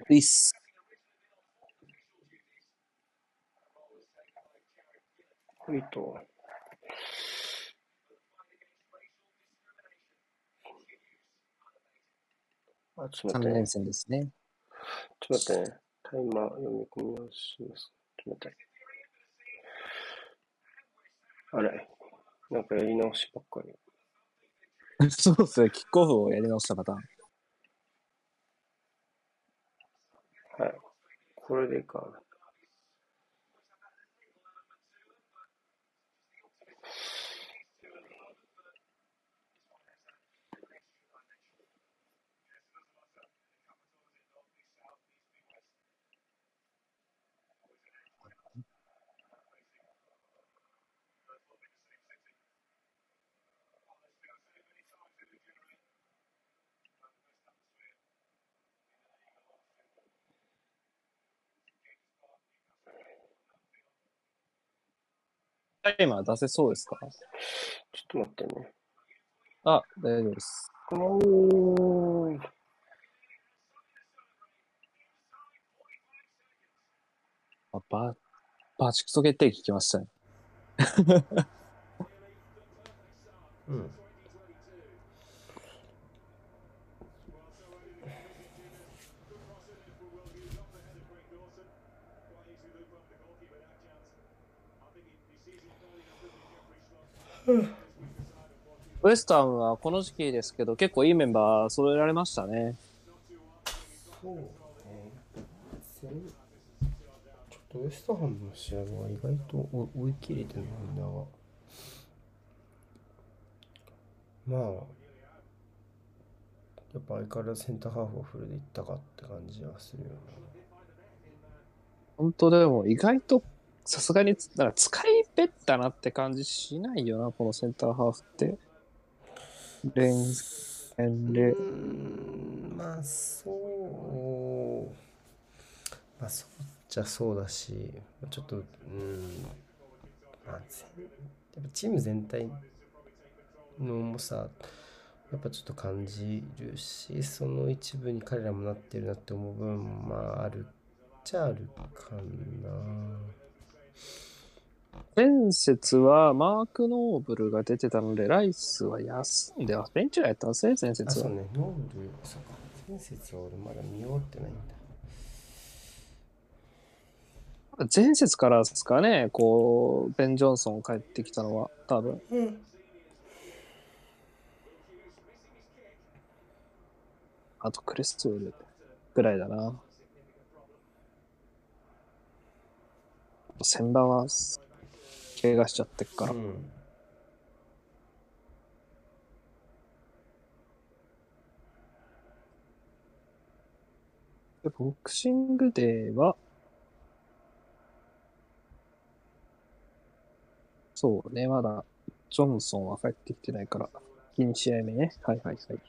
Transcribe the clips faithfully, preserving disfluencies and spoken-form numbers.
ういっす。 ほいと。あ、ちょっと待ってさん連ね。 戦ですね。 ちょっと待ってね。タイマー読み込み直します。ちょっと待って。あれ。なんかやり直しばっかり。 そうですね。キックオフをやり直したパターン。 はい。これでいいか。 タイマー出せそうですか？ ちょっと待ってね。 あ、大丈夫です。 おー。 あ、バ、バチクソ決定機来ましたね。 うん。 ウエスタンはこの時期ですけど、結構いいメンバー揃えられましたね。 そうね。ちょっとウエストハムの試合は意外と追い切れてないな。まあ、やっぱ相変わらずセンターハーフをフルでいったかって感じはするよな。 本当でも意外とさすがになんか使いべったなって感じしないよな、このセンターハーフって。連戦うーで。 ん、まあそう、まあそうじゃそうだし、ちょっと、うん、まあ、やっぱチーム全体の重さ、やっぱちょっと感じるし、その一部に彼らもなってるなって思う部分もまああるっちゃあるかな。 前節はマーク・ノーブルが出てたので、ライスは休んで、あ、ベンチラやったんですね、前あ、 節は。 そうね、ノーブル、そうか、前節は俺まだ見終わってないんだ。 前節からですかね、こう、ベン・ジョンソン帰ってきたのは、多分。 うん。 あとクリストゥールぐらいだな。先場は怪我しちゃってっから。 うん。 でボクシングデーは、そうね、まだ、ジョンソンは帰ってきてないから、に試合目ね。はいはいはい。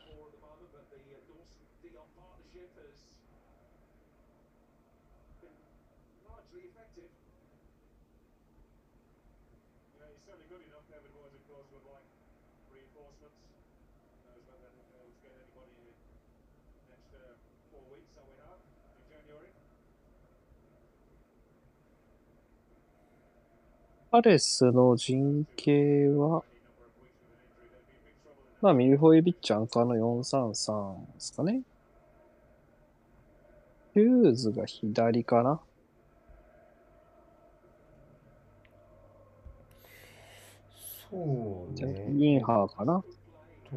パレスの陣形は、まあ、ミルフォイビッチアンカーのよんさんさんですかね。ヒューズが左かな。 そうね。 インえっハーかな。 と、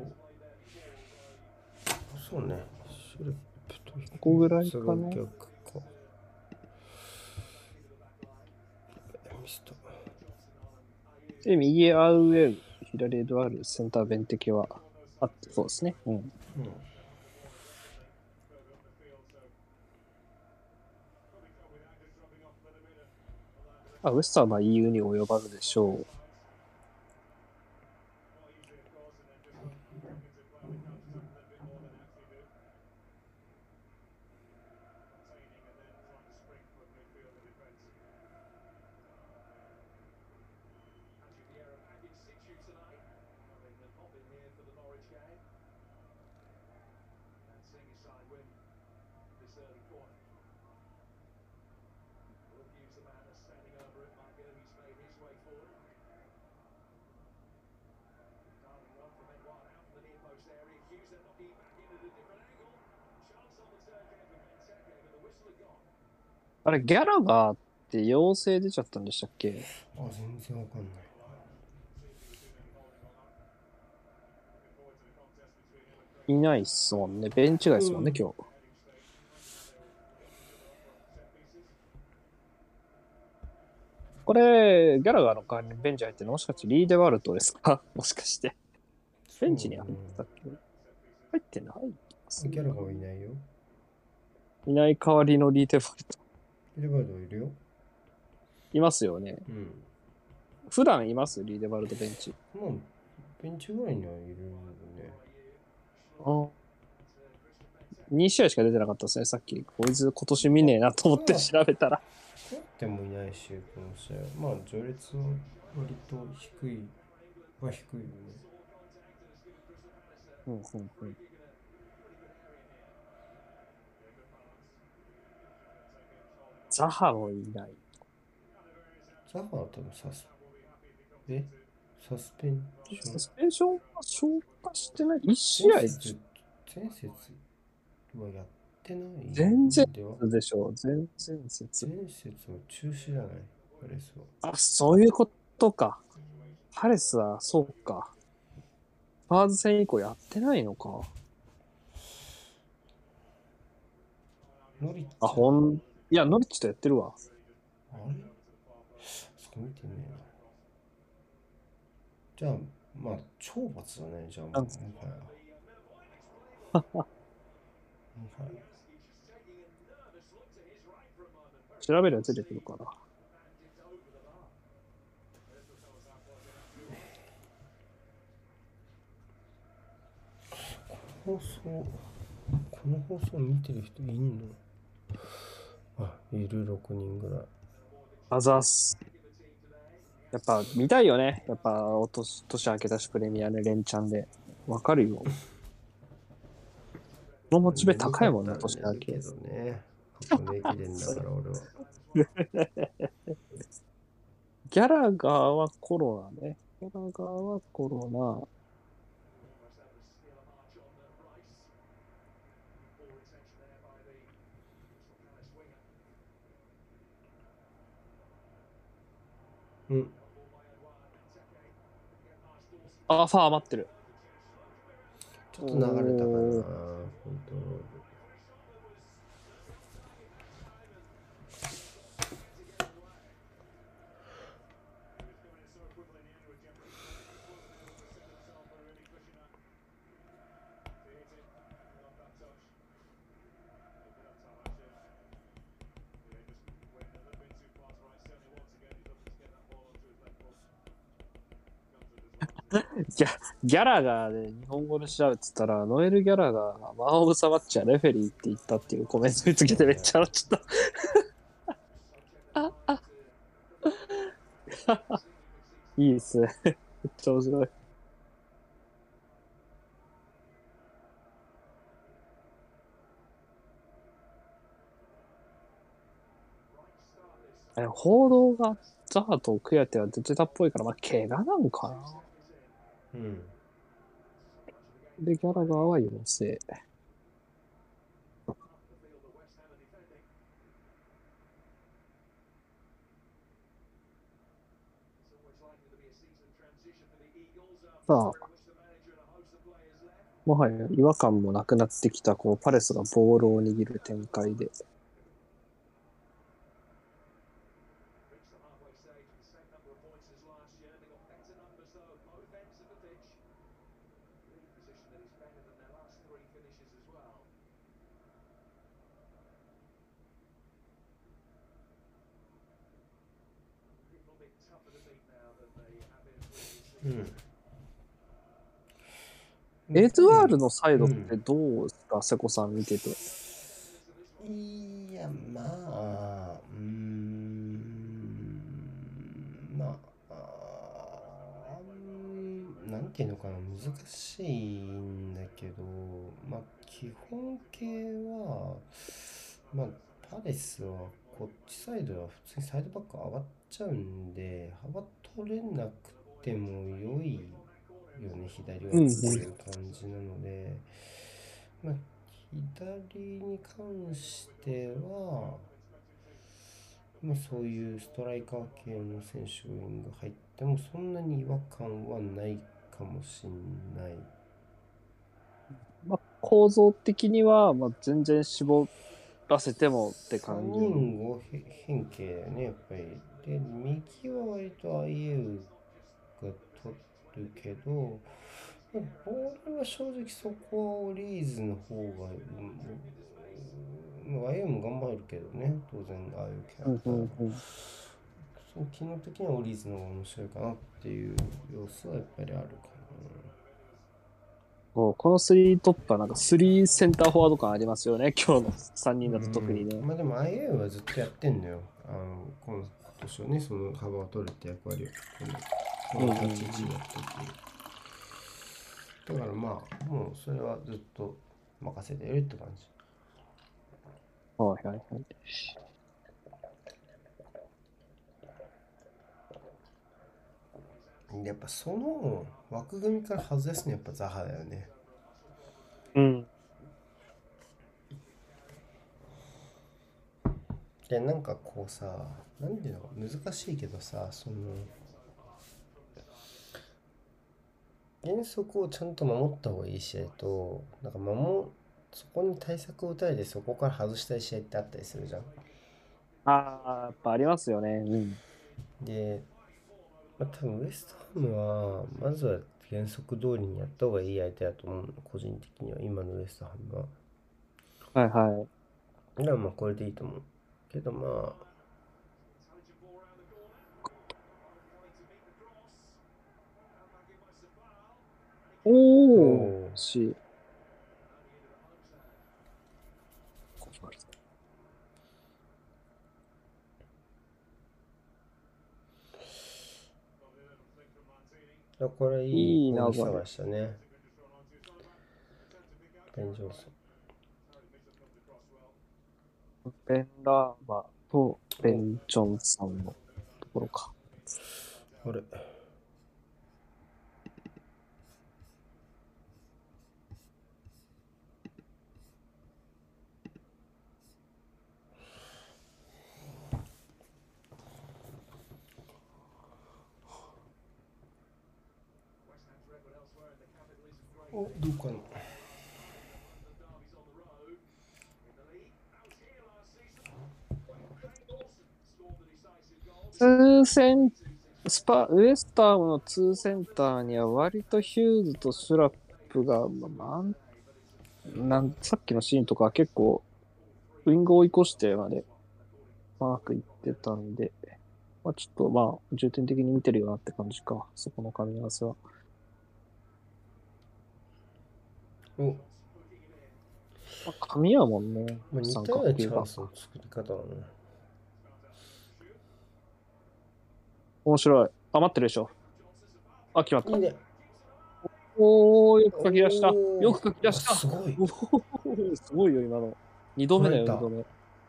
そうね。シュルプとヒここぐらいューズがかな。 逆か。ミスト。 で、右アウェル、左エドワール、センターベンテケはあってそうですね。うん。 うん。 まあ、ウエスタンは イーユー に及ばずでしょう。 あれ、ギャラガーって陽性出ちゃったんでしたっけ？ あ、全然わかんない。 いないっすもんね。ベンチ外ですもんね、 うん今日。これ、ギャラガーの代わりにベンチ入ってるのもしかしてリーデワルトですか？もしかして。ベンチに入ってたっけ？入ってないそうね。ギャラがはいないよ。 いない代わりのリーデワルト。 リーバルドいるよ。 いますよね。 うん。 普段いますリーデワルトベンチ。 まあ、ベンチぐらいにはいるよね。 あに試合しか出てなかったですね、さっき。こいつ今年見ねえなと思って調べたら。 こうやってもいないし、この試合。まあ、序列は割と低いは低いよね。 うんうんうん、ザハもいない。 ザハは多分サス、えサスペンションサスペンションは消化してない ?いち 試合前節、前節はやってない全然ではでしょう。全然説。 前節は中止じゃないパレスは。 あ、そういうことか。パレスはそうか。ファーズ戦以降やってないのか。 ノリッチあ、ほん、いや、ノリッチとやってるわ。 あれそこ見てねえな。じゃあ、まあ、懲罰だね。じゃあ、もなんもはや。もはや。 調べれば出てくるから。 放送、この放送見てる人いんの？あ、いるろくにんぐらい。 あざっす。やっぱ見たいよね。やっぱお年年明けたしプレミアね、連チャンで。わかるよ。このモチベ高いもんね、年明け。 けどね。箱根駅伝だから俺は。 ギャラガーはコロナね。ギャラガーはコロナ。 うん。 あ、ファー余ってる。 ちょっと流れたかな、コントロール。 ギャギャラガーで日本語で調べてたら、ノエル・ギャラガーがマン・オブ・ザ・マッチはレフェリーって言ったっていうコメントにつけてめっちゃ笑っちゃった。いいっすね。めっちゃ面白い。あれ報道がザハとクヤテは出てたっぽいから、まあ、怪我なのかな。 うん。 で、ギャラガーは陽性。さあ、もはや違和感もなくなってきた、こう、パレスがボールを握る展開で。 うん。 エドワールのサイドってどうですか、瀬古さん見てて。 いや、まあ、うーん、まあ、あーなんていうのかな、難しいんだけど、まあ、基本形は、まあ、パレスはこっちサイドは普通にサイドバック上がっちゃうんで、幅取れなくても良いよね、左はっていう感じなので、まあ、左に関しては、 まあ、そういうストライカー系の選手が入ってもそんなに違和感はないかもしんない。 まあ、構造的には、まあ、全然絞らせてもって 3 感じの。 人を変形だよね、やっぱり。で、右は割とアイエウが取るけど、ボールは正直そこはオリーズの方が、うん、アイエウも頑張るけどね、当然ああいうキャラうんうクター。 んうん。 その機能的にはオリーズの方が面白いかなっていう要素はやっぱりあるかここのスリートップはなんかスリーセンターフォワード感ありますよね。今日のさんにんな。うだと特にん。 ね。 まあでも アイエー はずっとやってんのよ。あの、今年はね、その幅を取るって役割を、この、こうんのうんうん。 立ち位置をやってて。だからまあ、もうそれはずっと任せてるって感じ。 はいはいはい。 やっぱその枠組みから外すのはやっぱザハだよね。 うん。 で、なんかこうさ、なんていうの難しいけどさ、その原則をちゃんと守った方がいい試合と、なんか守そこに対策を打たれてそこから外したい試合ってあったりするじゃん。 ああ、やっぱありますよね。うん。 で、まあ、多分ウエストハムはまずは原則通りにやった方がいい相手だと思うの、個人的には今のウエストハムは。 はいはい。 だからまあこれでいいと思うけど、まあおおー、 おし、 ー、これいいいい流攻撃れ。 探したね、ベン・ジョンソベン・ラーマとベン。 ン・ジョンソンのところか。 お、あれ、お、どうかな。 ツーセン、スパ、ウエスタームのツーセンターには割とヒューズとシュラップが、まあ、なんなんさっきのシーンとか結構ウィングを追い越してまでマークいってたんで、まあ、ちょっとまあ重点的に見てるよなって感じか。そこの組み合わせは。 お、 まあ、紙やもんね。 まあ、似三たようなチ角形が。 ャンスの作り方だな。 面白い。あ、待ってるでしょ。あ、決まった。 いいね。 おー、よく書き出した。 おお、 よく書き出した。 すごい。 おー、すごいよ、今の。二度目だよ、二捉えた。 度目。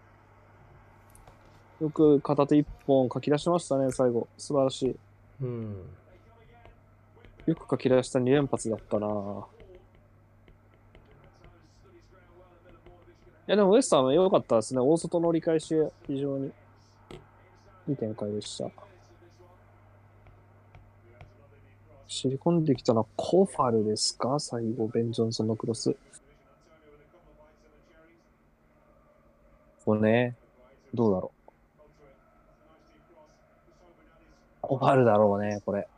よく片手一本書き出しましたね、最後。素晴らしい。 うん。 よく書き出したに連発だったな。いや、でもウエスタンは良かったですね。大外の折り返し、非常にいい展開でした。知り込んできたのはコファルですか最後、ベン・ジョンソンのクロス。これね、どうだろう。コファルだろうね、これ。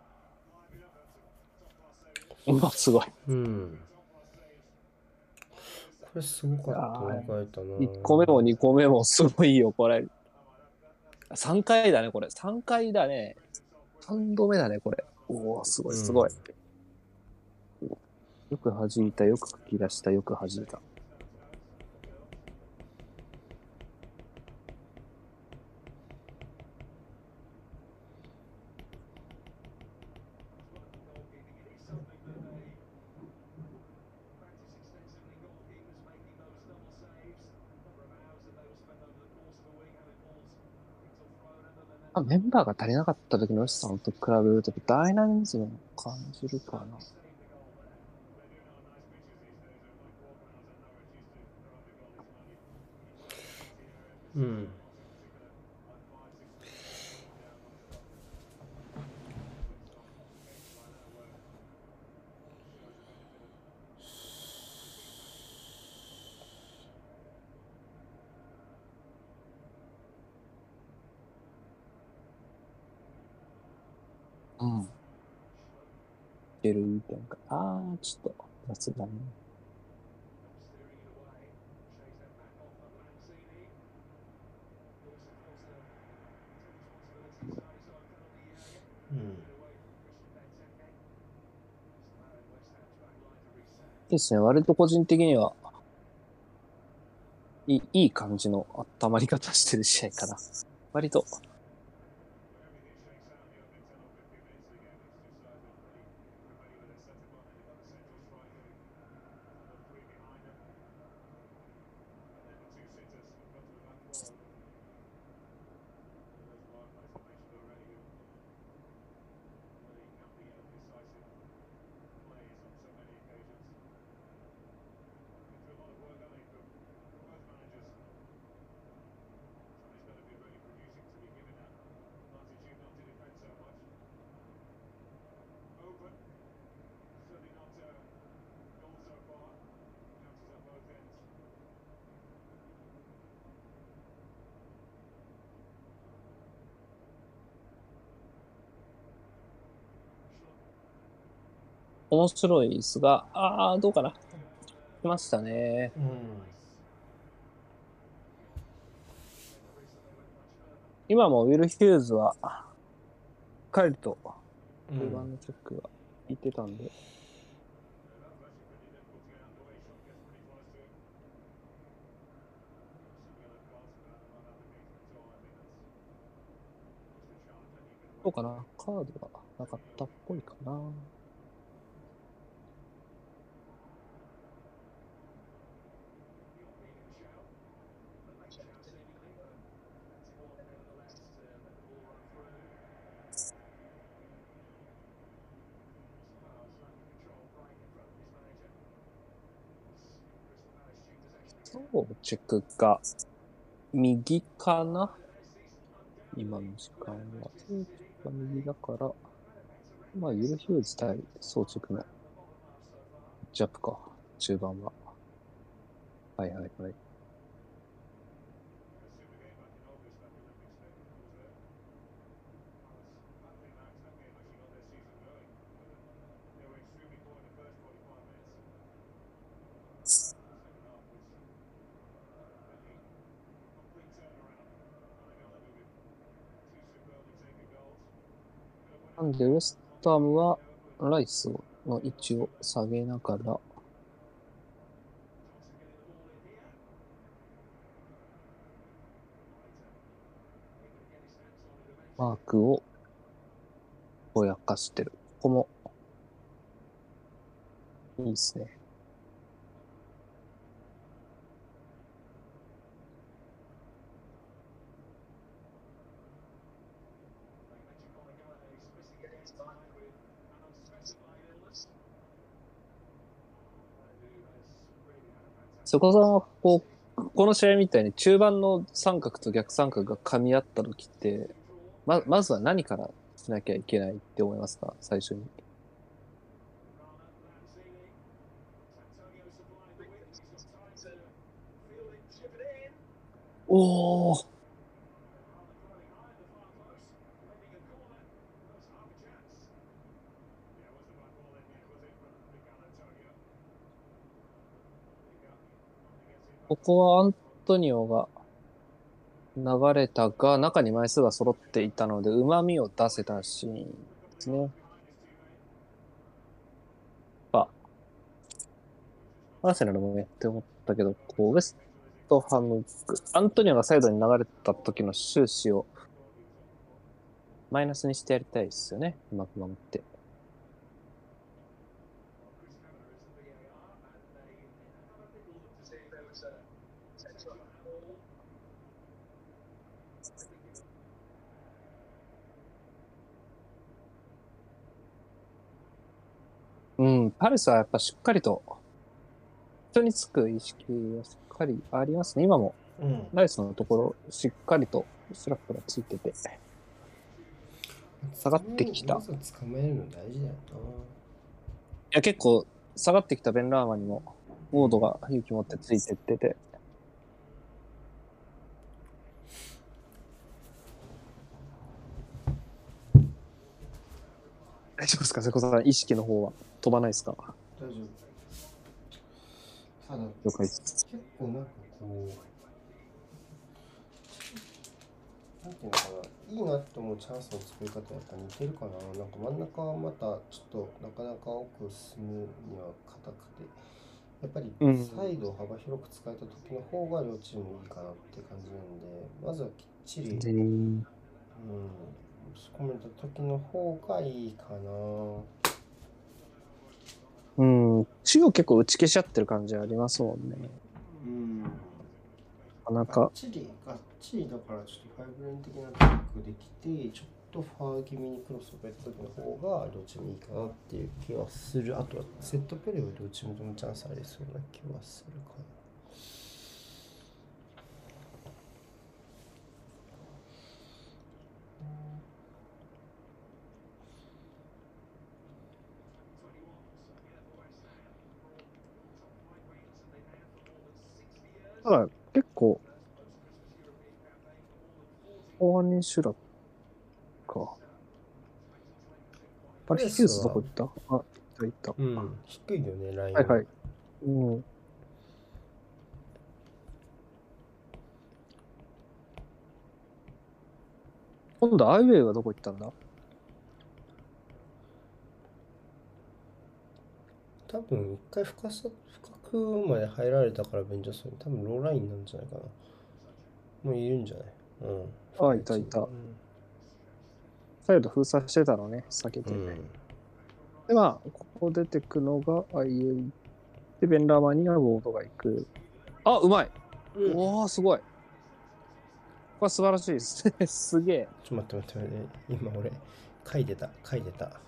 今すごい。 うん。これすごかいやったね、書いたな。 いっこめもにこめもすごいよ、これ。さんかいだね、これ。さんかいだね。さんどめだね、これ。おお、すごい、 うん。 すごい。よく弾いた、よく書き出した、よく弾いた。あ、メンバーが足りなかった時のヨシさんと比べると、ダイナミズムを感じるかな。 うん。 うん。いけるみたいな。あー、ちょっと、雑だね。 うん。 いいですね。割と個人的には、いいいい感じの温まり方してる試合かな。割と。面白いですが、あー、どうかな。来ましたね。 うん。 今もウィル・ヒューズは、しっかりと中盤のチェックが効いてたんで、どうかな。カードがなかったっぽいかな。そう、チェックが右かな。今の時間は。そう、チェックが右だから、まあ、ウィル・ヒューズ対装着のジャップか。中盤は。はいはいはい。なんで、ウエストハムはライスの位置を下げながら、マークをぼやかしてる。ここもいいですね。そこさんはこう、この試合みたいに中盤の三角と逆三角が噛み合った時って、ま、まずは何からしなきゃいけないって思いますか、最初に。おー、ここはアントニオが流れたが、中に枚数が揃っていたので、旨味を出せたシーンですね。あ、アーセナルもやって思ったけど、こう、ウエストハム、アントニオがサイドに流れた時の終始をマイナスにしてやりたいですよね。うまく守って。うん、パレスはやっぱしっかりと人につく意識はしっかりありますね。今もうん。 ライスのところしっかりとスラップがついてて下がってきた。いまずは捕まえるの大事だよや結構下がってきたベンラーマにもウォードが勇気持ってついてってて、 大丈夫ですか瀬古さん、意識の方は飛ばないですか？ 大丈夫。ただ、 了解です。 結構なんかこう、なんていうのかな、いいなって思うチャンスの作り方やっぱ似てるかな。なんか真ん中はまたちょっとなかなか奥進むには硬くて、やっぱりサイドを幅広く使えた時の方が両チームいいかなって感じなんで、まずはきっちり、 でうん、仕込めた時の方がいいかな。 うん、中央結構打ち消し合ってる感じありますもんね。 うん。 なかながっか。 ちり、がっちりだからちょっとファイブレーン的なトリックできて、ちょっとファー気味にクロスをやった時の方が両チームいいかなっていう気はする。あとはセットプレーは両チームともチャンスありそうな気はするかな。 ただ結構、後半にシュラか。あれ、ヒューズどこ行ったあ、いたいた。 うん、低いよね、ライン。 はいはい。うん。今度、アイウェイはどこ行ったんだ？ 多分一回深さ深くまで入られたからベンジャソン多分ローラインなんじゃないかな。もういるんじゃない？うん。 あ、いたいた。 うん、 サイド封鎖してたのね、避けて。 うん、 で、まあ、ここ出てくのが アイエー で、ベンラーマンにはボードが行く。あ、うまい、うん、おー、すごい。これは素晴らしいですね。すげえ。 ちょっと待って待って待って、今俺、書いてた、書いてた。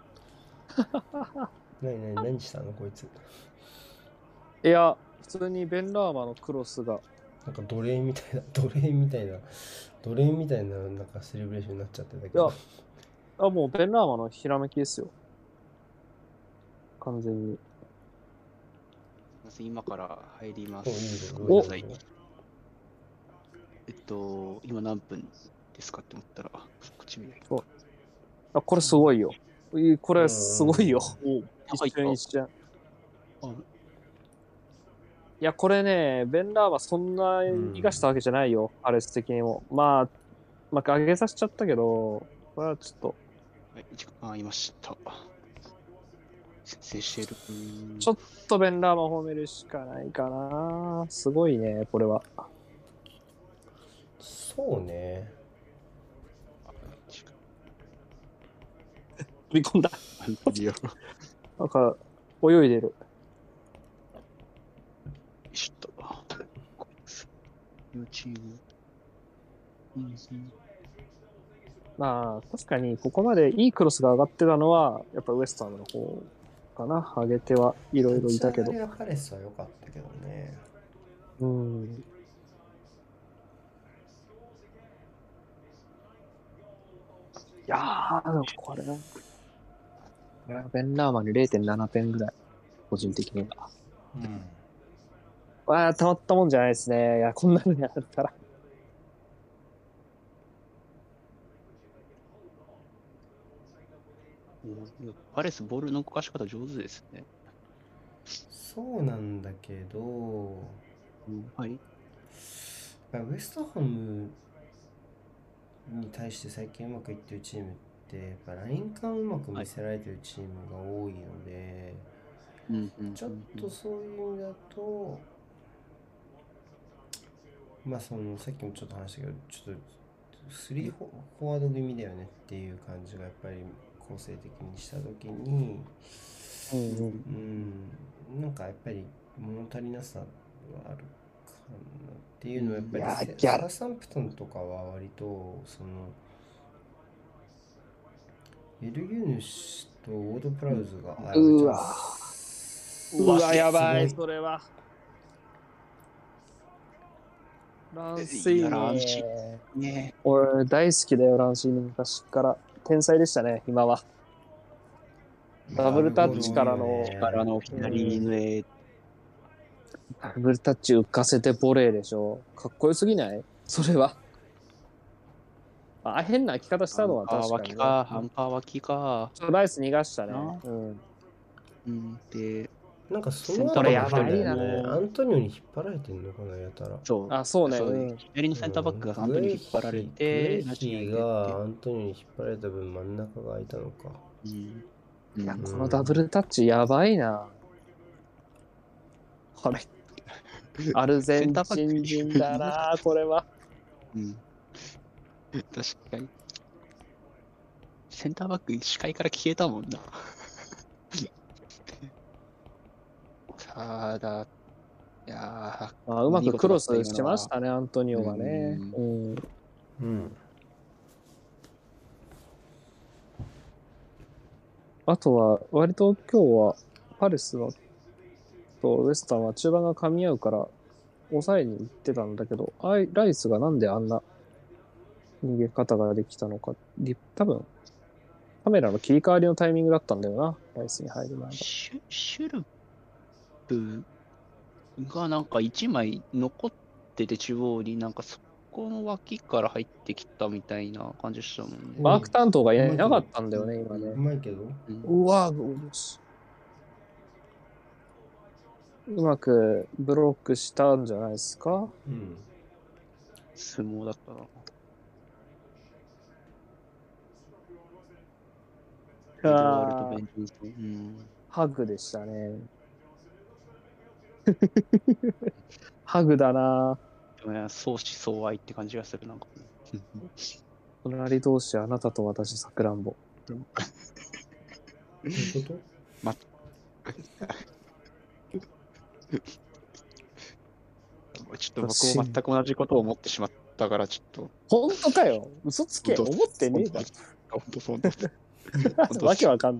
何何何したのこいつ。 いや、普通にベンラーマのクロスが。 なんか奴隷みたいな、奴隷みたいな、奴隷みたいな、なんかセレブレーションになっちゃってたけど。いや、あ、もうベンラーマのひらめきですよ。完全に。 今から入ります。 ごめんなさい。 えっと、今何分ですかって思ったら、こっち見ない。 あ、これすごいよ。これすごいよ。一瞬一瞬。いや、これね、ベンラーはそんなに生かしたわけじゃないよ、うん、アレス的にも。まあ、まあ、上げさせちゃったけど、これはちょっと。 はい、あ、いました。先制してる。 ちょっとベンラーマン褒めるしかないかな。すごいね、これは。 そうね。 飛び込んだ。なんか、泳いでる。 ちょっと。両チーム。 まあ、確かに、ここまでいいクロスが上がってたのは、やっぱウエスタンの方かな。上げてはいろいろいたけど。 立ち上がりはパレスは良かったけどね。 うん。いやー、でもこれ、ベンラーマンに れいてんなな 点ぐらい、個人的には。うん。わあ、たまったもんじゃないですね。いや、こんなのやったら。 パレス、ボールの動かし方上手ですね。 そうなんだけど、 うん、はい。 ウエストハムに対して最近うまくいってるチームってやっぱライン感うまく見せられてるチームが多いので、はい、ちょっとそういう意味だと、まあそのさっきもちょっと話したけど、ちょっとスリーフォワード気味だよねっていう感じがやっぱり構成的にした時に、うん、うん、なんかやっぱり物足りなさはあるかなっていうのはやっぱりサウサンプトンとかは割とそのエルユヌシとオードプラウズがあるチャンス。 うわ、うわやばい、それは。ランシーニ、ね、俺大好きだよ、ランシーニ昔から。天才でしたね、今は。ダブルタッチからの、 からの左上、 ダブルタッチ浮かせてボレーでしょ。かっこよすぎない？それは。 あ、変な開き方したのは確かに、ね。 アンカー脇か、アンカー脇か。 ちょっとライス逃がしたね。 なうん。 うん、で、 なんかそセンのターバック後も変だよこれね。 やばいなアントニオに引っ張られてんのかな、やたら。 そう。 あ、そうね。うん。 左のセンターバックがアントニーに引っ張られグエて、ナチヒに入れて。 がアントニオに引っ張られた分真ん中が空いたのか。 うん。 いや、 うんこのダブルタッチやばいな。あれ、アルゼンチン人だな、これは。 うん。確かに。センターバック視界から消えたもんな。ただ、いやー、 あうまくクロス見事だったしてましたね、アントニオがね。 ううん。 うん。 あとは、割と今日は、パレスはとウエスタンは中盤が噛み合うから、抑えに行ってたんだけど、あいライスがなんであんな逃げ方ができたのか、リ多分、カメラの切り替わりのタイミングだったんだよな、ライスに入る前が。 シュシュルプがなんかいちまい残ってて中央になんかそこの脇から入ってきたみたいな感じでしたもんね。 マーク担当がいなかったんだよね、今うね。 まいけど。 うんうわうまくブロックしたんじゃないですか。 うん。 相撲だったな。エドワルド・ベンジンソン。うんハグでしたね。ハグだな。 でもね相思相愛って感じがする、なんか。 隣同士あなたと私さくらんぼ。 どういうこと？ ま、ちょっと僕も全く同じことを思ってしまったから、ちょっと。 本当かよ。嘘つけ。 本当思ってねえだ本当そうなんです。 ろ。わけわかんない。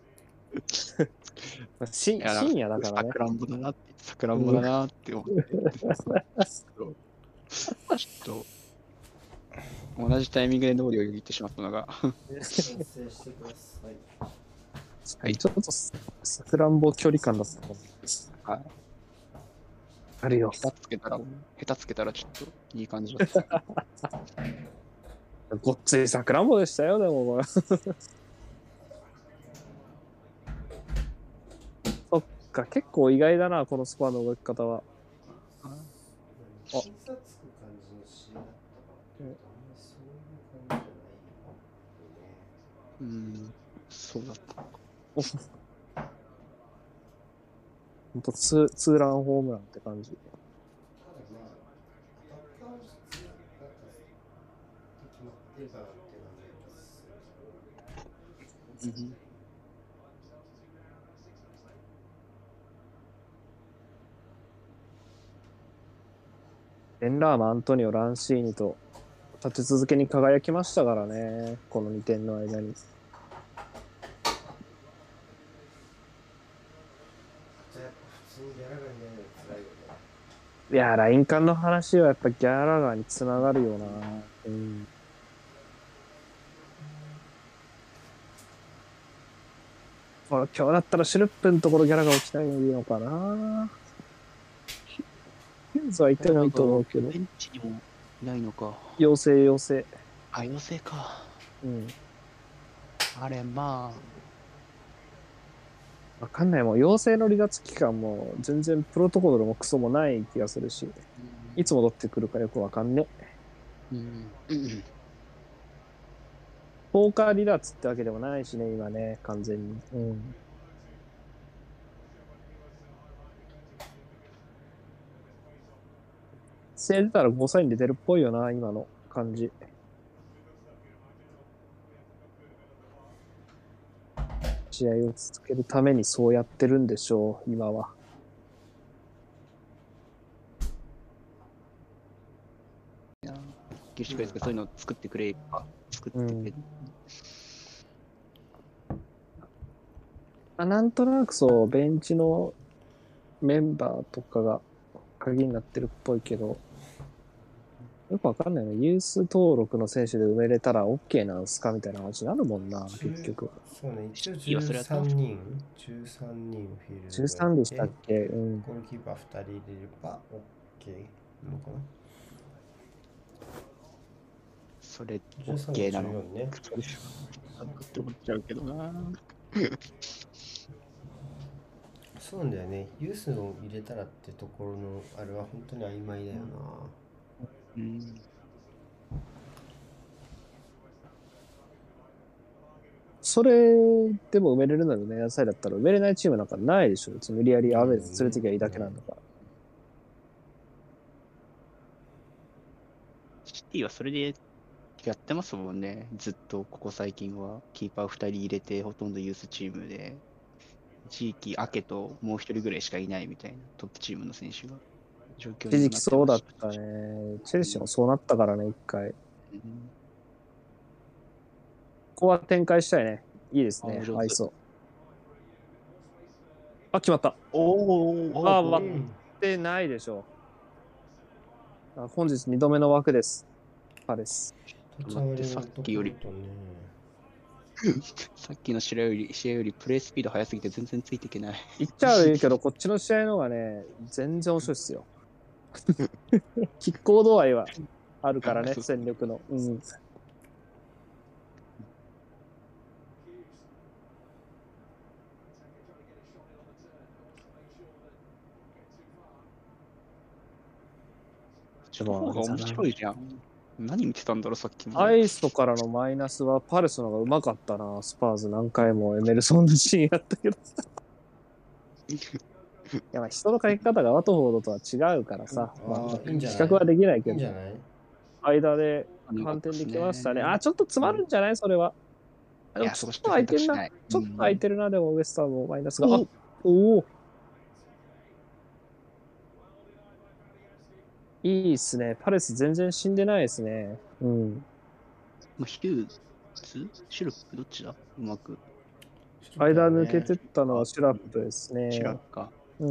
しいや深夜だからねさく。らんぼだなって、さくらんぼだなって思って。ちょっと、同じタイミングで脳裏をよぎってしまったのが。 反省してください。 はい、ちょっとさくらんぼ距離感だったと思うんです。 はい。 あるよ。 下手つけたら、下手つけたらちょっといい感じ。 ごっついさくらんぼでしたよ、でもこれ。そっか、結構意外だな、このスコアの動き方は。あ膝つく感じの試合だったかな。そういう感じじゃないよね。 うん、そうだったのか。 ほんとツー、ツーランホームランって感じ。 ただまあ、アタッカー室だったって決まってるからってなんですうんベンラーマ、アントニオ、ランシーニと立て続けに輝きましたからね、このにてんの間に。 じゃあやっぱ普通にギャラがいないの辛いよね。 いやー、ライン間の話はやっぱギャラガーにつながるよな。うん。これ今日だったらシュルップのところギャラが起きないのいいのかな。ヒューズはいてもいいと思うけど。 ベンチにもいないのか。 陽性陽性。 あ、陽性か。 うん。 あれ、まわかんない。もう陽性の離脱期間も全然プロトコルもクソもない気がするし、 あ、 いつ戻ってくるかよくわかんね。 うん。うん。 ポーカー離脱ってわけでもないしね、今ね、完全に。うん。試合出たらごサインで出るっぽいよな、今の感じ。試合を続けるためにそうやってるんでしょう、今は。 いや、ギュシュクそういうのを作ってくれば、作ってくれ。 うんあ、なんとなくそう、ベンチのメンバーとかが鍵になってるっぽいけど、よくわかんないね。ユース登録の選手で埋めれたら OK なんすかみたいな話になるもんな、結局。 そうね、一応じゅうさんにん、じゅうさんにんフィールドがいてじゅうさんでしたっけ。うん。 ゴールキーパーふたり入れれば OK なのかな。 それ、 じゅうさん、 OK なの。 じゅうよんね。 それって思っちゃうけどな。 そうなんだよね。ユースを入れたらってところのあれは本当に曖昧だよな。 うん。 それでも埋めれるのにね、野菜だったら埋めれないチームなんかないでしょ。別に無理やりアウェーズ連れてきゃいいだけなんだから。 シティはそれでやってますもんね。ずっとここ最近は。キーパーふたり入れて、ほとんどユースチームで。地域、アケともうひとりぐらいしかいないみたいなトップチームの選手が状況一時期にもなってそうだっましたし。 たね。チェルシーもそうなったからね、一回。こうんこは展開したいね。いいですねあ、上手愛想。あ、決まった。 おーあ、 おー割ってないでしょう。あ、本日にどめの枠です。パレス。 立ち上がりのところとね。 さっきの試合より、試合よりプレイスピード速すぎて全然ついていけない。 言っちゃ悪いけど、こっちの試合の方がね、全然面白いっすよ。拮抗度合いはあるからね、 あそう戦力の。うん。 その方が面白いじゃん。何見てたんだろう、さっきも。 アイストからのマイナスはパレスの方がうまかったな。スパーズ何回もエメルソンのシーンやったけどさ。いやまあ人の書き方がワトフォードとは違うからさ、まあ、 あーいいんじゃない比較はできないけど、 いいんじゃない間で反転できましたね。あ、ちょっと詰まるんじゃないそれは。あでいや、 もちょっそこしかと空いてんな。 選択肢ない。 ちょっと空いてるな、でもウエスターもマイナスが。 おあ、おお。いいっすね。パレス全然死んでないですね。うん。 まあ、ヒューズシュルップどっちだうまく。 間抜けてったのはシュラップですね。 シュラップか。 うん。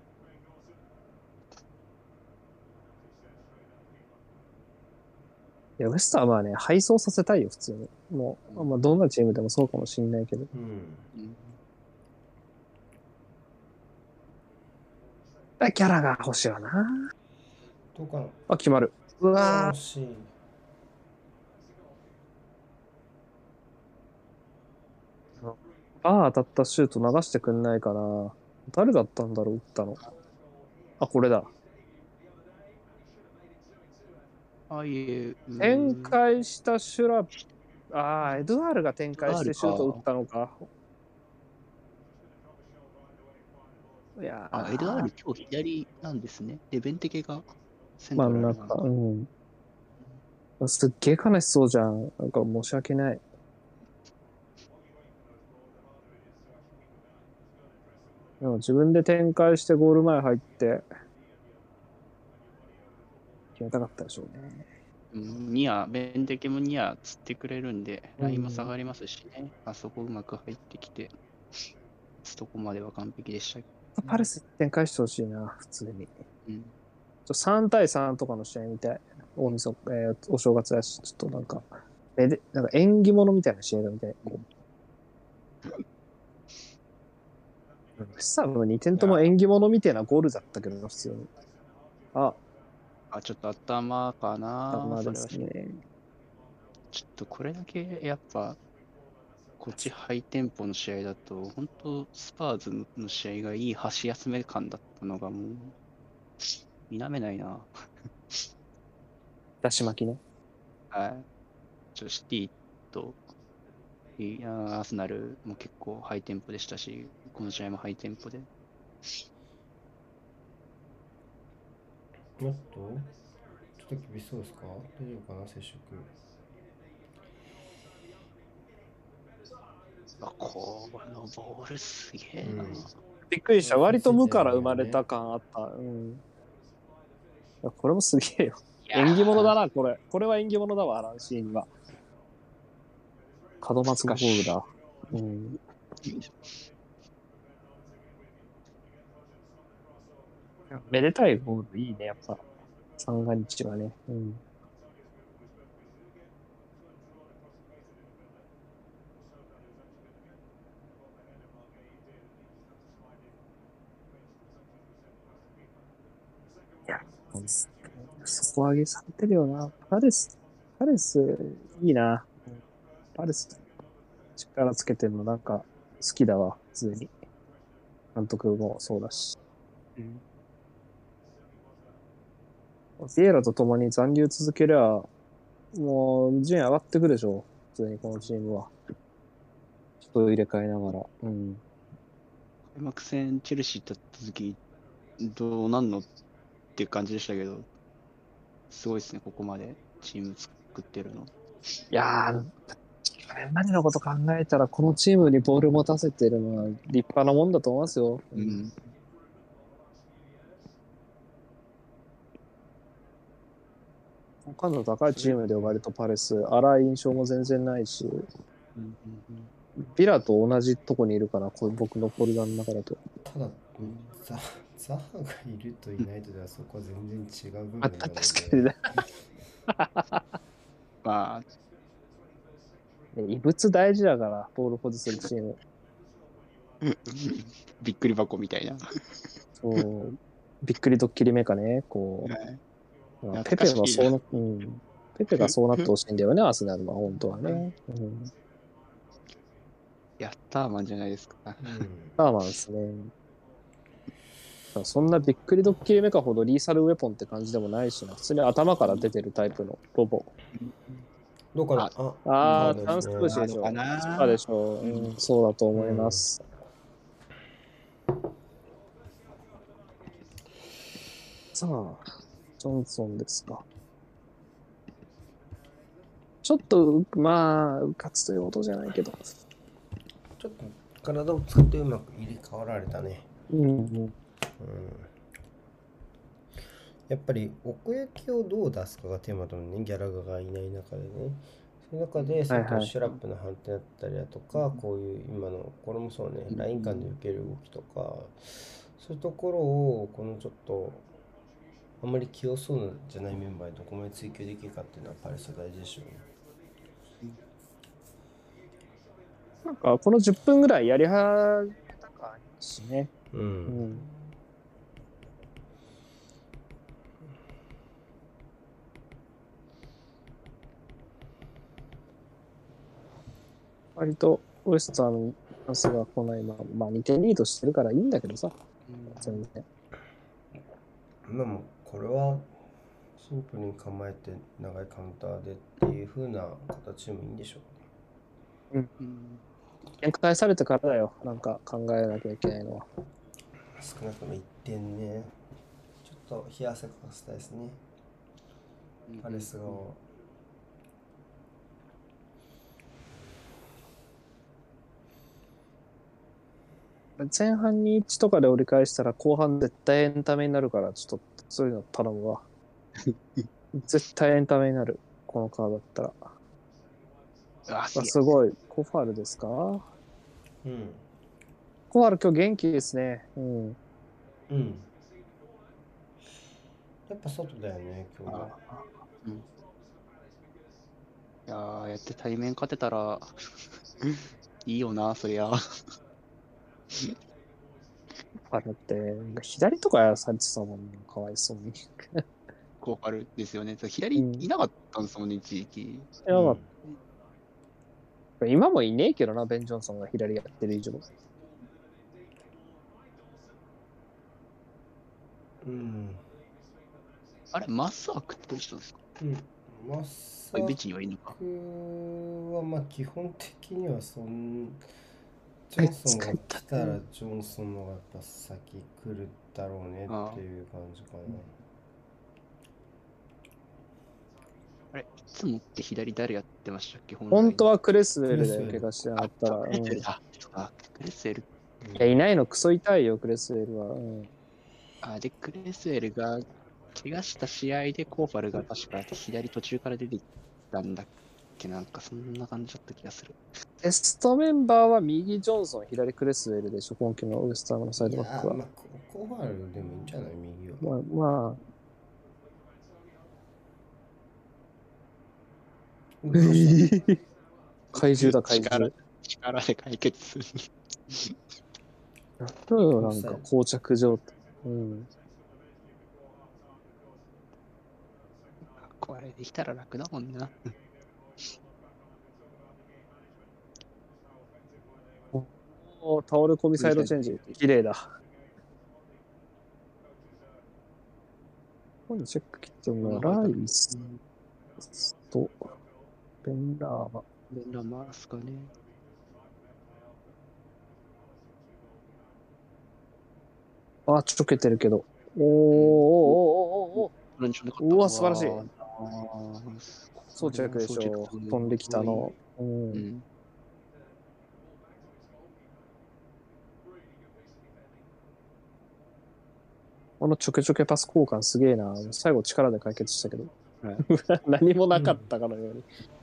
いや、ウエスターはまあね、配送させたいよ、普通に。もう、まあ、どんなチームでもそうかもしんないけど。 うん。 うんあキャラが欲しいわな。 どうかなあ、決まる。うわ惜しい。 ーバー当たったシュート流してくんないかな。誰だったんだろう、打ったの。あ、これだ。 ああいう。 展開したシュラプ。ああ、エドワールが展開してシュート打ったのか。いやあ、エドワール今日左なんですね。で、ベンテケがセント真んラルなの中。うん。すっげえ悲しそうじゃん。なんか申し訳ない。でも自分で展開してゴール前入って決めたかったでしょうね。 うん、ニア、ベンテケもニア釣ってくれるんで、 うんラインも下がりますしね。あそこうまく入ってきて、そこまでは完璧でした。 パレス展開してほしいな、普通に。 うん、 ちょさん対さんとかの試合みたい。大晦日、えー、お正月だし、ちょっとなんか、えでなんか縁起物みたいな試合が見たい。こうサムにてんとも縁起物みたいなゴールだったけど、普通に。あ、 あ、ちょっと頭かな。 頭それはですね。 ちょっとこれだけやっぱ、こっちハイテンポの試合だと、本当スパーズの試合がいい箸休め感だったのがもう、否めないな。 だし巻きね。 はい。ちょシティといやアーセナルも結構ハイテンポでしたし、この試合もハイテンポで。 もっとちょっと厳しそうですか大丈夫かな接触。 あ、このボールすげえな。 うんびっくりした。割と無から生まれた感あった。うん。これもすげえよ。縁起物だな、これ。これは縁起物だわ、ランシーンは。門松ゴールだ。うん。めでたいゴールいいね、やっぱ。三が日はね。うん。いや、底上げされてるよな。パレス、 パレス、いいな。パレス、力つけてるのなんか好きだわ、普通に。監督もそうだし。 うんビエラと共に残留続けりゃ、もう順位上がってくるでしょ。普通にこのチームは。人を入れ替えながら。うん。 開幕戦、チェルシー行った時、どうなんのっていう感じでしたけど、すごいですね、ここまでチーム作ってるの。 いやー、去年までのこと考えたら、このチームにボール持たせてるのは立派なもんだと思いますよ。 うん。 感度高いチームで割とパレス、荒い印象も全然ないし、 うんうんうんビラと同じとこにいるから、こう僕のフォルダの中だと。 ただ、ザザハがいるといないとではそこは全然違う部分あ、 なので、 確かにね。 まあ、 異物大事だから、ボール保持するチーム。 びっくり箱みたいな。 そう。びっくりドッキリメカね。こう。 はいまあペペはそうな、うん。ペペがそうなってほしいんだよね、アーセナルは、本当はね。うん。 やったーマンじゃないですか。 うん、 まあまあですね。そんなびっくりドッキリメカほどリーサルウェポンって感じでもないしな。普通に頭から出てるタイプのロボ。 どうかなああああ、 そうトランスプーシでしょ。 なのかなスパでしょ。 うんうん、そうだと思います。さあ、ジョンソンですか。ちょっと、まあ、うかつということじゃないけど。 ちょっと体を使ってうまく入れ替わられたね。 うん、うん。 うんやっぱり奥行きをどう出すかがテーマだもんね、ギャラガがいない中でね。その中で、 はいはいシュラップの反転だったりだとか、こういう今の、これもそうね、ライン間で受ける動きとか、そういうところを、このちょっと、あんまり清そうじゃないメンバーでどこまで追求できるかっていうのはパレスは大事でしょうね。 なんか、このじゅっぷんぐらいやりはたかありますしね。 うん。 うん。割と、ウエスタンのパスが来ないまま、まあにてんリードしてるからいいんだけどさ、全然。 まあもう、これは、シンプルに構えて長いカウンターでっていう風な形でもいいんでしょうね。 うん展開されてからだよ。なんか考えなきゃいけないのは。 少なくともいってんね。ちょっと冷や汗かかせたいですね。パレス側は。 前半にいちとかで折り返したら後半絶対エンタメになるから、ちょっとそういうの頼むわ。絶対エンタメになる。このカードだったら。 あ、すあげえ。 すごい。コファルですか？ うん。 コファル今日元気ですね。うん。 うん。やっぱ外だよね、今日は。 うんいやーやって対面勝てたらいいよな、そりゃ。 コファルって、左とかやらされてたもんね。かわいそうに。 コーパルですよね。左うんいなかったんですもんね、一時期。 やばかった今もいねえけどな、ベン・ジョンソンが左やってる以上。 うん。 あれ、マスアークってどうしたんですか？ うん。マッサあベンチにはいいのか。 ークはまあ基本的にはそんジョンソンが来たらジョンソンの方がやっぱ先来るだろうねっていう感じかな。 あれ、いつもって左誰やってましたっけ？本来本当はクレスウェルでクレスウェル怪我してなかったら。 あ、クレスエルうんだ。あ、クレスエル。 いや、いないのクソ痛いよ、クレスウェルは。うん。 あ、で、クレスエルが怪我した試合でコーファルが確か左途中から出てきたんだっけ？なんかそんな感じだった気がする。 テストメンバーは右ジョンソン、左クレスウェルでしょ、今季のウエスターのサイいやドバックは。 まあココーファルでもいいんじゃない右は。 まあ、まあ、 どうした怪獣だ、怪獣。 力で解決する。 やっとよ、なんか、膠着状態。うん。 これできたら楽だもんな。 おータオルコビサイドチェンジ。綺麗だ。ここにチェック切ってるのはライスとベンラーマ。 ベンラマースかね。 あ、ちょけてるけど。おーおーおーおーおー何しょなかったうわ素晴らしいわあ装着でしょ。飛んできたの。う。 うんん。 このちょけちょけパス交換すげえな。最後力で解決したけど。 はい何もなかったかのように。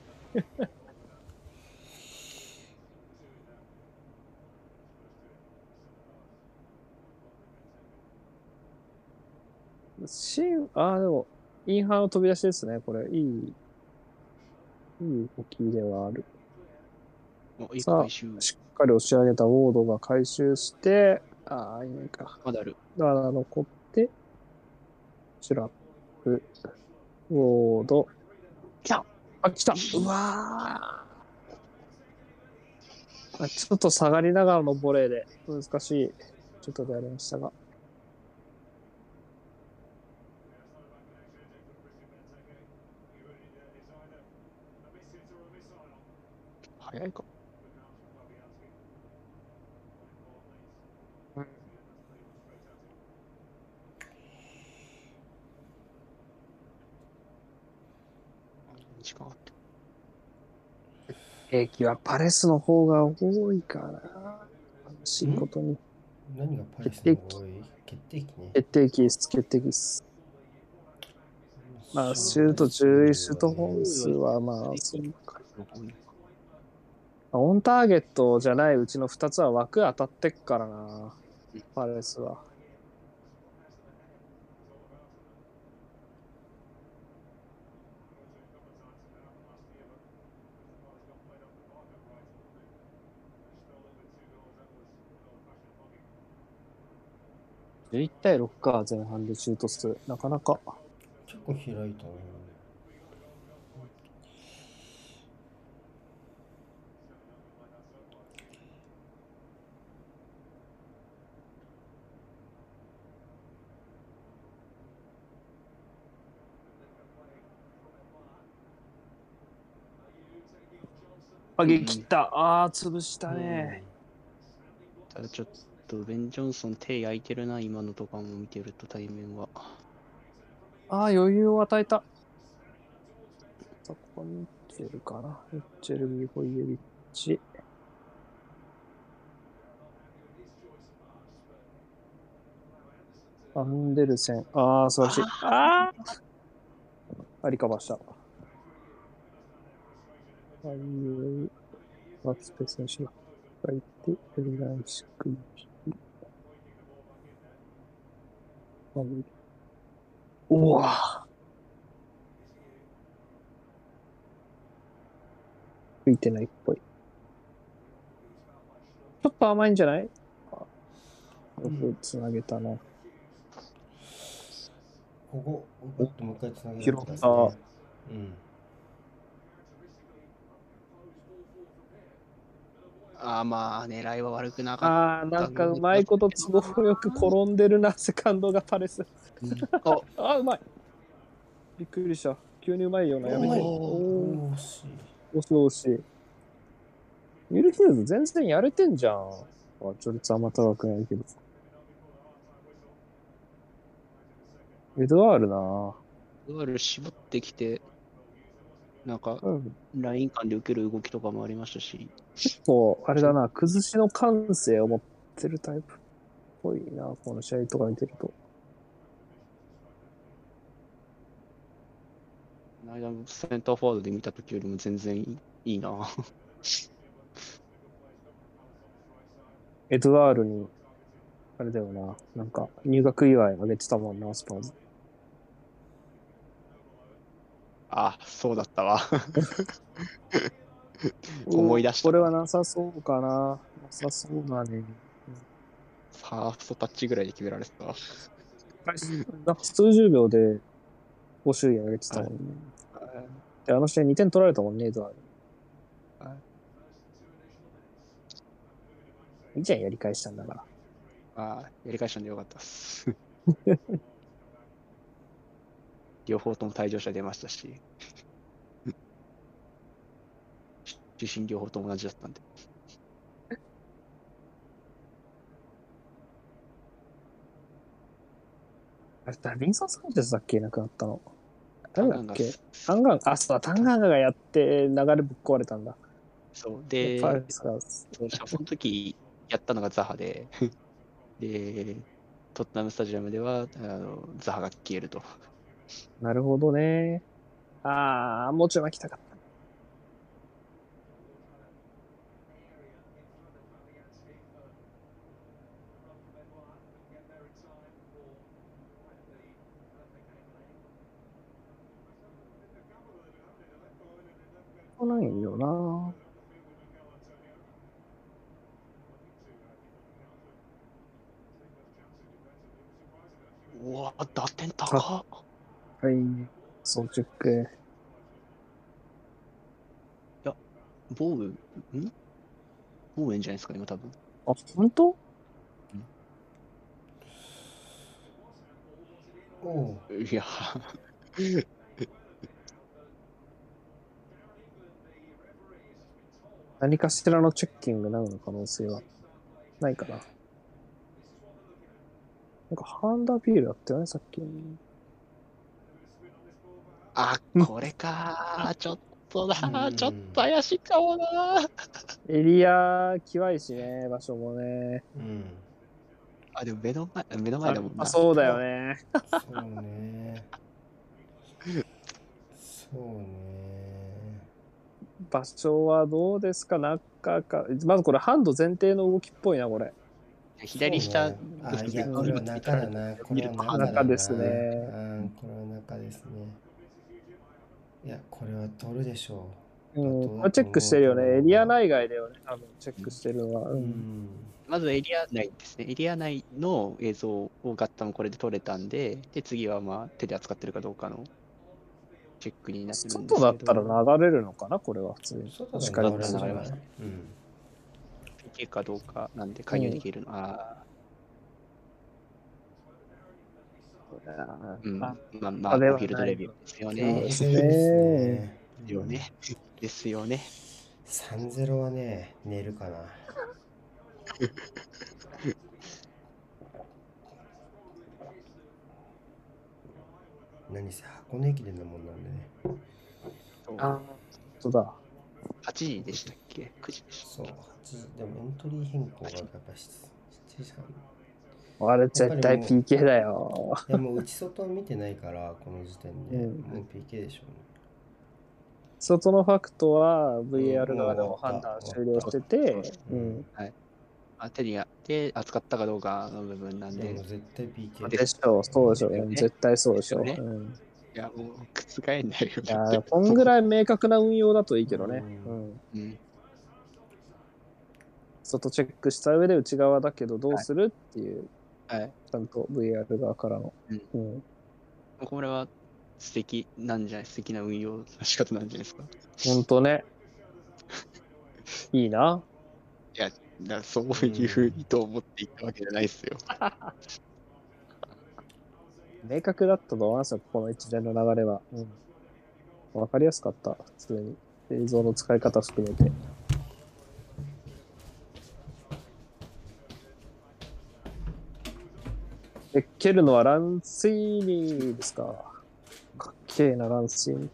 シン、ああ、でも、インハーの飛び出しですね。これ、いい、いい動きではある。 お、いいさあ回収。 しっかり押し上げたウォードが回収して、ああ、いいねか。 まだある。 だから残って、シュラップ、ウォード。 来たあ、来たうわーちょっと下がりながらのボレーで難しいちょっとでありましたが。 早いか。時間あって。 兵器はパレスの方が多いかな。楽しいことに。 何がパレスの多い決定機ね。 決定機です、決定機です。まあ、シュートじゅういちシュート本数はまあ、そうか。オンターゲットじゃないうちのふたつは枠当たってっからな、パレスは。じゅういち対ろくか、前半でシュート数。なかなか。 結構開いたね。 上げ切った。ああ、潰したね。 ただちょっと、ベン・ジョンソン手焼いてるな、今のとかも見てると対面は。 ああ、余裕を与えた。そこにミッチェルかな。ミッチェル・ビホイエビッチ。アンデルセン。ああ、素晴らしい。あああリカバーした。ああいうワークスペース選手が入って、エルライシクイおわ吹いてないっぽい。ちょっと甘いんじゃない？よくつなげたな。 ここ、もっともう一回つなげ拾るった。 うん。 ああ、まあ、狙いは悪くなかっああ、なんかうまいこと都合よく転んでるな、セカンドがパレス。 た。あ、 ああ、うまい。びっくりした。急にうまいような、やめて。 おお惜しい。 ー、惜しい惜しい。ミルフィールド全然やれてんじゃん。あ、ちょっとあんま高くないけど。エドワールな。 いわゆる絞ってきて、なんか、 うん。 ライン間で受ける動きとかもありましたし、 結構、あれだな、崩しの感性を持ってるタイプっぽいな、この試合とか見てると。 この間のセンターフォワードで見た時よりも全然いいいいな。 エドワールに、あれだよな、なんか入学祝いあげてたもんな、スパーズ。 あ、そうだったわ。思い出したこれはなさそうかな。なさそうだね。 ファーストタッチぐらいで決められてたわ。 なんか数十秒でご周囲上げてたもんね。 で、あの試合にてん取られたもんね、ドアに。いいじゃん、やり返したんだから。 ああ、やり返したんでよかったっす。両方とも退場者出ましたし、主審両方とも同じだったんで。 あれ、ダビンソン・サンチェスだっけ、なくなったの。誰だっけ。 タタンガン、あ、そうだ、タンガンガがやって流れぶっ壊れたんだ。 そうで、 ファルスがその時やったのがザハで、で、トットナムスタジアムではあのザハが消えると。 なるほどね。ああ、もうちょい巻きたかった。そうなんよな。 うわ、打点高っ。 はい、そうチェック。 いや、ボーウ、んボーウェンじゃないですか、今多分。 あ、本当？ おう。 いや、 何かしらのチェッキングなの可能性はないかな。なんかハンダービールあったよね、さっき。 あ、これか。ちょっとだ、 うんちょっと怪しいかもな。 エリア、際いしね、場所もね。 うん。 あ、でも目の前、目の前だもんな。 あ、そうだよね。 そうね。そうね。 場所はどうですか、中か。まずこれ、ハンド前提の動きっぽいな、これ。 左下、 そうねあ、いや、これは中だな。これは中だな。 中ですねうん、これは中ですね。いや、これは取るでしょう。 うん、これチェックしてるよね。エリア内外だよね、多分チェックしてるのは。う。 うんん。 まずエリア内ですね。エリア内の映像をガッタもこれで撮れたんで、で、次はまあ手で扱ってるかどうかのチェックになってるんですけど。 外だったら流れるのかな、これは普通に。 外確かにだったら流れましたね。うん。 ピーケー かどうかなんで加入できるの。ああ、うん。まあまあ、 あれはフィールドレビューですよそうね。 ですね。 ですよね。ですよね。 さんゼロはね、寝るかな。何せ箱根駅伝のもんなんでね。 そうあ、そうだ。 はちじでしたっけ ?く 時でしたそう、はちじでもエントリー変更がやっぱしちじはん。 あれ絶対 ピーケー だよ。 いやもう内外は見てないからこの時点で、 うんもう ピーケー でしょうね。 外のファクトは ブイエーアールうん側でももう終わった判断終了してて、 ううんん。 はい。あ手にやって扱ったかどうかの部分なんいやもで。 う絶対 ピーケーでしょう、そうでしょう、 ですよねうん絶対そうでしょう。 ですようんいや、もう覆んないよ。 いや、こんぐらい明確な運用だといいけどね。 ううんん。 うん。 外チェックした上で内側だけどどうするっていう、 はい。 ちゃんと ブイエーアール 側からの。 うんうん。 これは素敵なんじゃない素敵な運用の仕方なんじゃないですか。 ほんとね。いいな。 いや、だそういう意図を持って言ったわけじゃないですよ。 明確だったと思いますよ、この一連の流れは。うん。わかりやすかった、普通に。映像の使い方含めて。で、蹴るのはランスイニーですか。かっけえな、ランスイニー。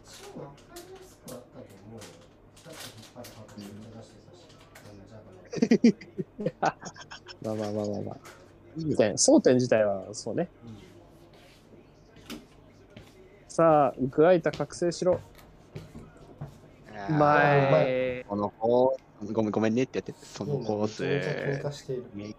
まあまあまあまあまあ。争点自体はそうね。さあ、具合た覚醒しろ。前。 このコース、ごめんごめんねってやって、そのコース。 めちゃめちゃ喧嘩している。め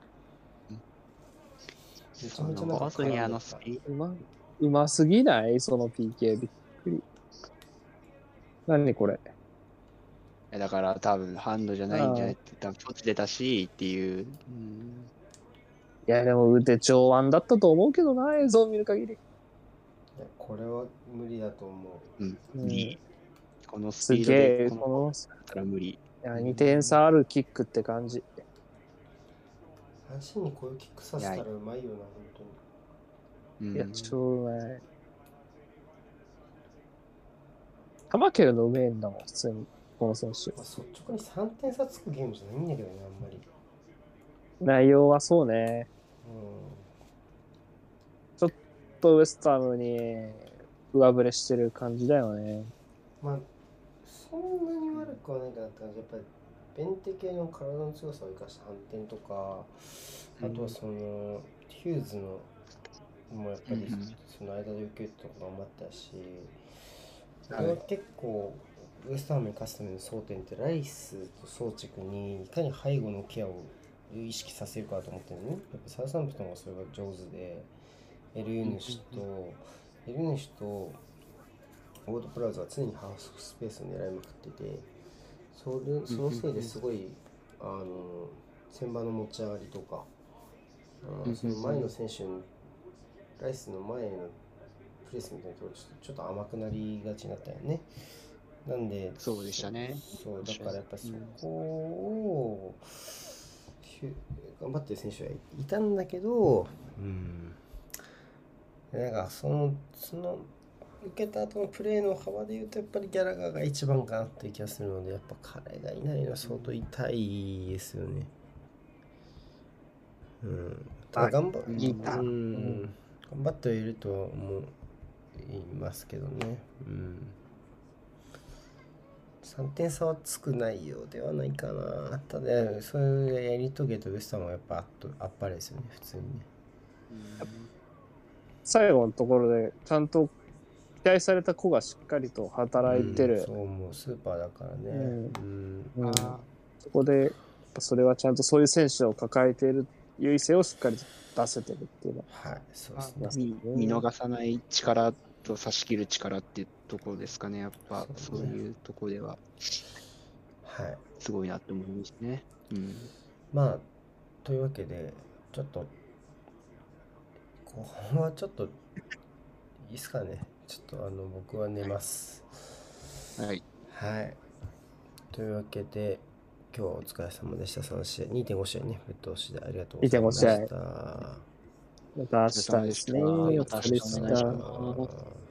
ちゃめちゃなんかコースにあのスピーうま、うますぎないその ピーケー びっくり。何これ。 ド。だから多分ハンドじゃないんじゃないって多分そっち出たしっていう。うん、 いや、でも腕上腕だったと思うけどな、映像を見る限り。 いやこれは無理だと思う。 うん、 うんいい。 このスすピードげえ、 でこのこの、 だったら無理。 いや、にてん差あるキックって感じ。 阪神にこういうキックさせたらうまいよな、本当に。 うんいや、超うまい。球蹴るのうめえんだもん、普通に、この選手。 まあ、率直にさんてん差つくゲームじゃないんだけどね、あんまり。 内容はそうね。 うちょっとウエスタムに上振れしてる感じだよね。 ん。まあ、そんなに悪くはないかなって感じ。やっぱり、ベンテ系の体の強さを生かした反転とか、あとはその、ヒューズの、もうやっぱりうんその間で受けるとか頑張ったし、 はい俺は結構ウエストハムに勝つための争点ってライスとソーチクにいかに背後のケアを意識させるかと思ってるのね。やっぱサウサンプトンがそれが上手で、エルユヌシと、エルユヌシとオードプラウザは常にハーフスペースを狙いまくってて、それそのせいですごいあの先場の持ち上がりとか、あその前の選手にライスの前のプレスみたいなところちょっとちょっと甘くなりがちになったよね。なんで、 そうでしたね。 そう、だからやっぱそこを、ひゅ頑張ってる選手はいたんだけど、うん。なんかその、その、受けた後のプレーの幅で言うと、やっぱりギャラガーが一番かなっていう気がするので、やっぱ彼がいないのは相当痛いですよね。うん。ただ頑張いいなうん、頑張ってはいると思いますけどね。うん。さんてん差はつく内容ではないかな。ただ、そういうやり遂げたウエスタンはやっぱあっぱれですよね、普通にね。 最後のところで、ちゃんと期待された子がしっかりと働いてる。 うん、そう思う、スーパーだからね。うん。 うん、そこで、やっぱそれはちゃんとそういう選手を抱えている優位性をしっかり出せてるっていうのは。 はい、そうですね。 見見逃さない力と差し切る力っていうところですかね、やっぱそうねそういうところでははい。 すごいなって思いますね。うん。 まあ、というわけで、ちょっと、後半はちょっと、いいっすかね。ちょっとあの、僕は寝ます。 はい。 はい。というわけで、今日はお疲れ様でした。さん試合、にてんご試合ね、ぶっ通しでありがとうございました。 にてんご試合また明日ですね。おお疲れ様で疲れ様でししたまた明日お願いした。 ます。